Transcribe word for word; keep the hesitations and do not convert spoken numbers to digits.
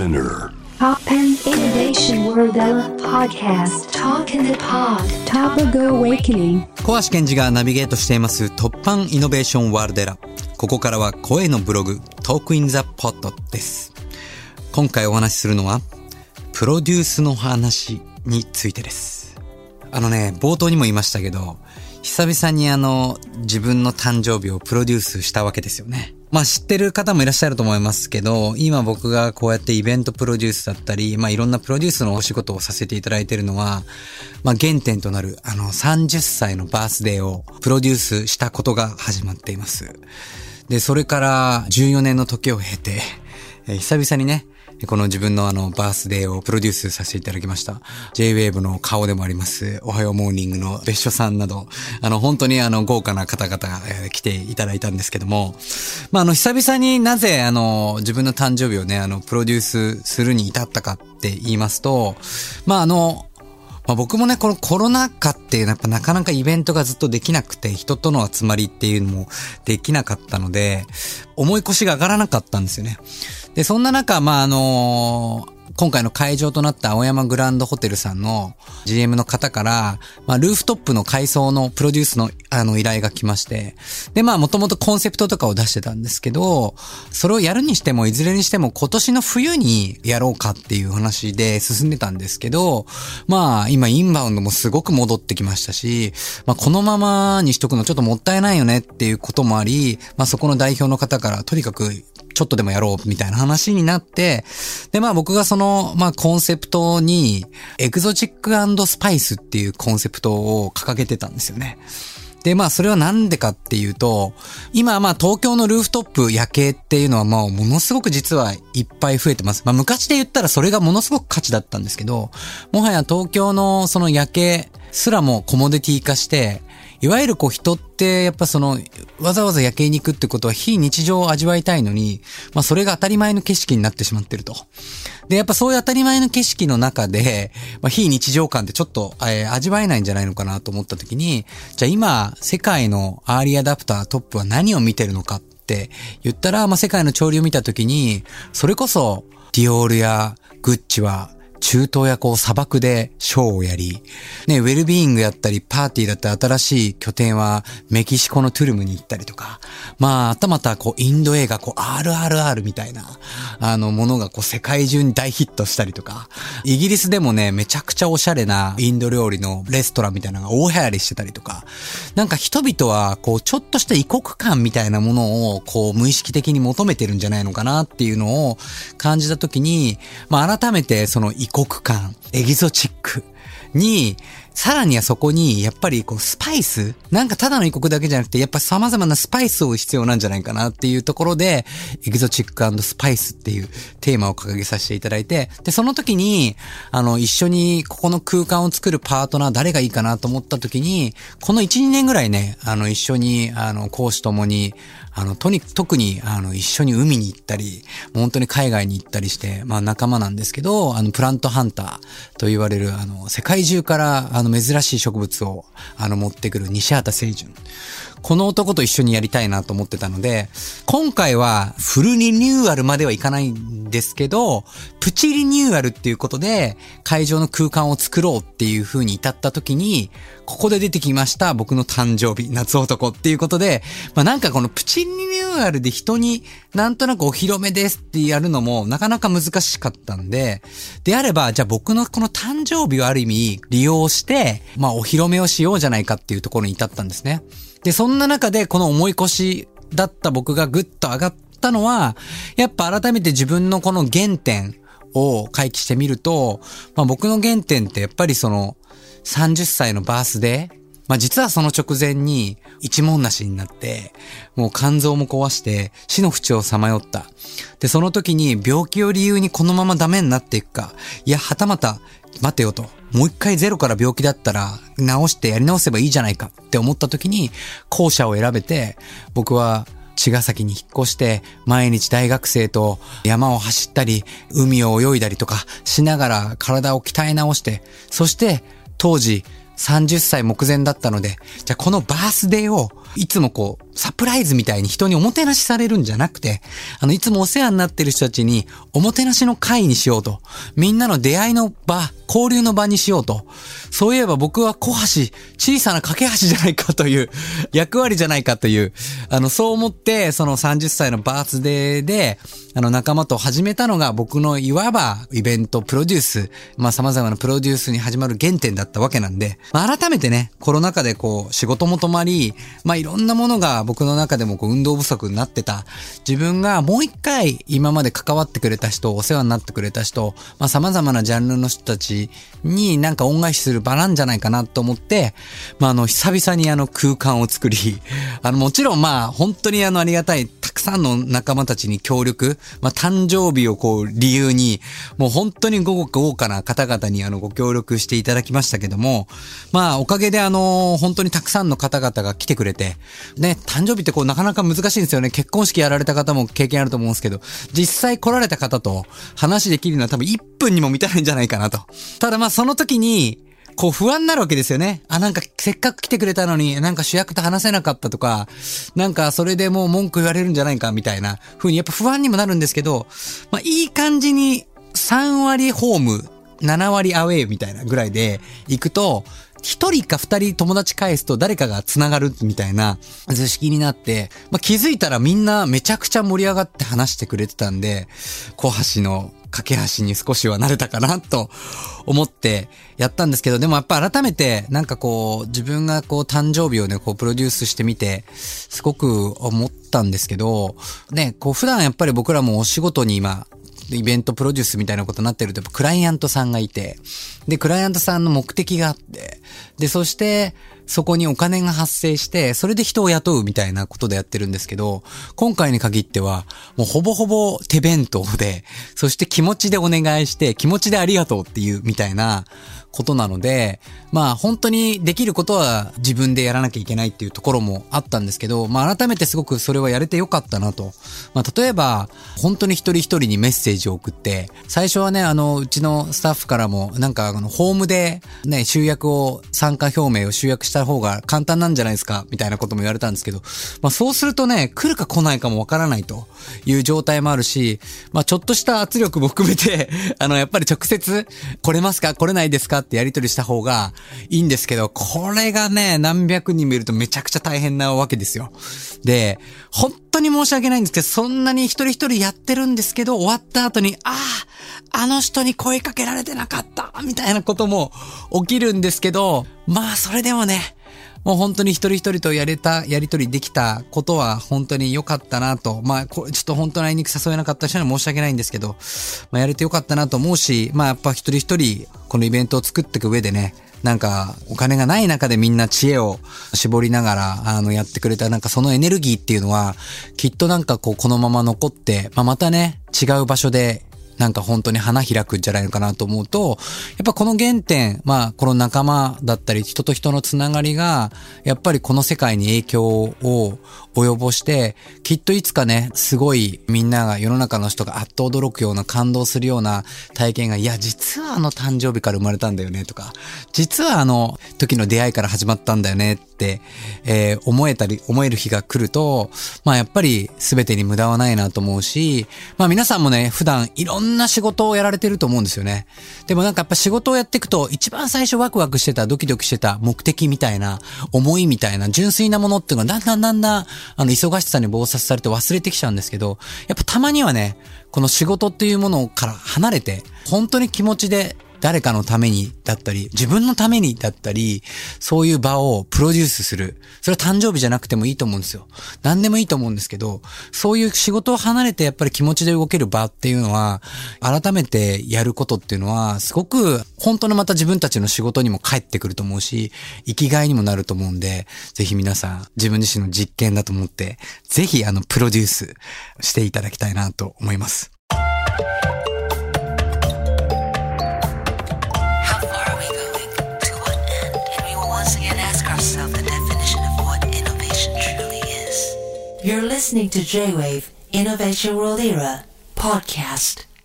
Spinner Poppen Innovation World Podcast Talk in the Pod Topical Awakening 小橋健二がナビゲートしています突破イノベーションワールドエラ。ここからは声のブログトークインザポッドです。今回お話しするのはプロデュースの話についてです。あのね、冒頭にも言いましたけど、久々にあの自分の誕生日をプロデュースしたわけですよね。まあ知ってる方もいらっしゃると思いますけど、今僕がこうやってイベントプロデュースだったり、まあいろんなプロデュースのお仕事をさせていただいているのは、まあ原点となるあのさんじゅっさいのバースデーをプロデュースしたことが始まっています。で、それからじゅうよねんの時を経て、え久々にね、この自分のあのバースデーをプロデュースさせていただきました。ジェイウェーブ の顔でもあります。おはようモーニングの別所さんなど、あの本当にあの豪華な方々が来ていただいたんですけども、まああの久々になぜあの自分の誕生日をね、あのプロデュースするに至ったかって言いますと、まああの、まあ、僕もね、このコロナ禍ってやっぱなかなかイベントがずっとできなくて、人との集まりっていうのもできなかったので、重い腰が上がらなかったんですよね。で、そんな中、まあ、あのー、今回の会場となった青山グランドホテルさんの ジーエム の方から、まあ、ルーフトップの改装のプロデュースのあの依頼が来まして、で、まあ、もともとコンセプトとかを出してたんですけど、それをやるにしても、いずれにしても今年の冬にやろうかっていう話で進んでたんですけど、まあ、今インバウンドもすごく戻ってきましたし、まあ、このままにしとくのちょっともったいないよねっていうこともあり、まあ、そこの代表の方からとにかくちょっとでもやろうみたいな話になって、で、まあ僕がその、まあコンセプトに、エクゾチック&スパイスっていうコンセプトを掲げてたんですよね。で、まあそれはなんでかっていうと、今まあ東京のルーフトップ夜景っていうのはまあものすごく実はいっぱい増えてます。まあ昔で言ったらそれがものすごく価値だったんですけど、もはや東京のその夜景すらもコモディティ化して、いわゆるこう人ってやっぱそのわざわざ夜景に行くってことは非日常を味わいたいのに、まあそれが当たり前の景色になってしまってると。で、やっぱそういう当たり前の景色の中で、まあ非日常感ってちょっと、えー、味わえないんじゃないのかなと思った時に、じゃあ今世界のアーリーアダプタートップは何を見てるのかって言ったら、まあ世界の潮流を見た時に、それこそディオールやグッチは中東やこう砂漠でショーをやり、ね、ウェルビーイングやったりパーティーだったり新しい拠点はメキシコのトゥルムに行ったりとか、まあ、あたまたこうインド映画こう アールアールアール みたいなあのものがこう世界中に大ヒットしたりとか、イギリスでもね、めちゃくちゃおしゃれなインド料理のレストランみたいなのが大流行りしてたりとか、なんか人々はこうちょっとした異国感みたいなものをこう無意識的に求めてるんじゃないのかなっていうのを感じたときに、まあ改めてその異国感、エキゾチックに、さらにはそこに、やっぱりこうスパイスなんかただの異国だけじゃなくて、やっぱ様々なスパイスを必要なんじゃないかなっていうところで、エキゾチック&スパイスっていうテーマを掲げさせていただいて、で、その時に、あの、一緒にここの空間を作るパートナー誰がいいかなと思った時に、このいち、にねんぐらいね、あの、一緒に、あの、講師ともに、あの、とに、特に、あの、一緒に海に行ったり、本当に海外に行ったりして、まあ仲間なんですけど、あの、プラントハンターと言われる、あの、世界中から、あの、珍しい植物を、あの、持ってくる西畑清純。この男と一緒にやりたいなと思ってたので、今回はフルリニューアルまではいかないんですけど、プチリニューアルっていうことで会場の空間を作ろうっていう風に至った時に、ここで出てきました僕の誕生日、夏男っていうことで、まあなんかこのプチリニューアルで人になんとなくお披露目ですってやるのもなかなか難しかったんで、であればじゃあ僕のこの誕生日をある意味利用して、まあお披露目をしようじゃないかっていうところに至ったんですね。で、そんな中でこの重い腰だった僕がぐっと上がったのは、やっぱ改めて自分のこの原点を回帰してみると、まあ僕の原点ってやっぱりそのさんじゅっさいのバースデー、まあ実はその直前に一文無しになって、もう肝臓も壊して死の淵をさまよった。で、その時に病気を理由にこのままダメになっていくか、いや、はたまた待てよと。もう一回ゼロから病気だったら治してやり直せばいいじゃないかって思った時に後者を選べて、僕は茅ヶ崎に引っ越して毎日大学生と山を走ったり海を泳いだりとかしながら体を鍛え直して、そして当時さんじゅっさい目前だったので、じゃあこのバースデーをいつもこう、サプライズみたいに人におもてなしされるんじゃなくて、あの、いつもお世話になってる人たちにおもてなしの会にしようと。みんなの出会いの場、交流の場にしようと。そういえば僕は小橋、小さな架け橋じゃないかという、役割じゃないかという、あの、そう思って、そのさんじゅっさいのバースデーで、あの、仲間と始めたのが僕のいわばイベントプロデュース、まあ様々なプロデュースに始まる原点だったわけなんで、まあ改めてね、コロナ禍でこう、仕事も止まり、まあいろんなものが僕の中でもこう運動不足になってた。自分がもう一回今まで関わってくれた人、お世話になってくれた人、まあ様々なジャンルの人たちになんか恩返しする場なんじゃないかなと思って、まああの久々にあの空間を作り、あのもちろんまあ本当にあのありがたいたくさんの仲間たちに協力、まあ誕生日をこう理由に、もう本当に豪華な方々にあのご協力していただきましたけども、まあおかげであの本当にたくさんの方々が来てくれて、ね、誕生日ってこうなかなか難しいんですよね。結婚式やられた方も経験あると思うんですけど、実際来られた方と話できるのは多分いっぷんにも満たないんじゃないかなと。ただまあその時に、こう不安になるわけですよね。あ、なんかせっかく来てくれたのになんか主役と話せなかったとか、なんかそれでもう文句言われるんじゃないかみたいな風にやっぱ不安にもなるんですけど、まあいい感じにさんわりホーム、ななわりアウェイみたいなぐらいで行くと、一人か二人友達返すと誰かが繋がるみたいな図式になって、まあ、気づいたらみんなめちゃくちゃ盛り上がって話してくれてたんで、小橋の架け橋に少しはなれたかなと思ってやったんですけど、でもやっぱ改めてなんかこう自分がこう誕生日をねこうプロデュースしてみてすごく思ったんですけど、ね、こう普段やっぱり僕らもお仕事に今イベントプロデュースみたいなことになってるとやっぱクライアントさんがいて、でクライアントさんの目的があって、でそしてそこにお金が発生して、それで人を雇うみたいなことでやってるんですけど、今回に限ってはもうほぼほぼ手弁当で、そして気持ちでお願いして気持ちでありがとうっていうみたいなことなので、まあ本当にできることは自分でやらなきゃいけないっていうところもあったんですけど、まあ改めてすごくそれはやれてよかったなと。まあ例えば本当に一人一人にメッセージを送って、最初はねあのうちのスタッフからもなんかあのホームでね集約を参加表明を集約した方が簡単なんじゃないですかみたいなことも言われたんですけど、まあそうするとね来るか来ないかもわからないという状態もあるし、まあちょっとした圧力も含めてあのやっぱり直接来れますか来れないですかってやり取りした方がいいんですけど、これがね何百人もいるとめちゃくちゃ大変なわけですよ。で本当に申し訳ないんですけど、そんなに一人一人やってるんですけど、終わった後にあああの人に声かけられてなかったみたいなことも起きるんですけど、まあそれでもねもう本当に一人一人とやれた、やりとりできたことは本当に良かったなと。まあ、これちょっと本当にあいにく誘えなかった人には申し訳ないんですけど、まあやれて良かったなと思うし、まあやっぱ一人一人このイベントを作っていく上でね、なんかお金がない中でみんな知恵を絞りながらあのやってくれたなんかそのエネルギーっていうのはきっとなんかこうこのまま残って、まあまたね違う場所でなんか本当に花開くんじゃないのかなと思うと、やっぱこの原点、まあこの仲間だったり人と人のつながりがやっぱりこの世界に影響を及ぼして、きっといつかねすごいみんなが世の中の人があっと驚くような感動するような体験が、いや実はあの誕生日から生まれたんだよねとか、実はあの時の出会いから始まったんだよねって、えー、思えたり思える日が来ると、まあやっぱり全てに無駄はないなと思うし、まあ皆さんもね普段いろんな仕事をやられてると思うんですよね。でもなんかやっぱ仕事をやっていくと一番最初ワクワクしてたドキドキしてた目的みたいな思いみたいな純粋なものっていうのがだんだんだんだんあの忙しさに忙殺されて忘れてきちゃうんですけど、やっぱたまにはねこの仕事っていうものから離れて本当に気持ちで誰かのためにだったり自分のためにだったりそういう場をプロデュースする。それは誕生日じゃなくてもいいと思うんですよ。何でもいいと思うんですけど、そういう仕事を離れてやっぱり気持ちで動ける場っていうのは改めてやることっていうのはすごく本当のまた自分たちの仕事にも返ってくると思うし生きがいにもなると思うんで、ぜひ皆さん自分自身の実験だと思ってぜひあのプロデュースしていただきたいなと思います。 You're listening to J-Wave Innovation World Era podcast.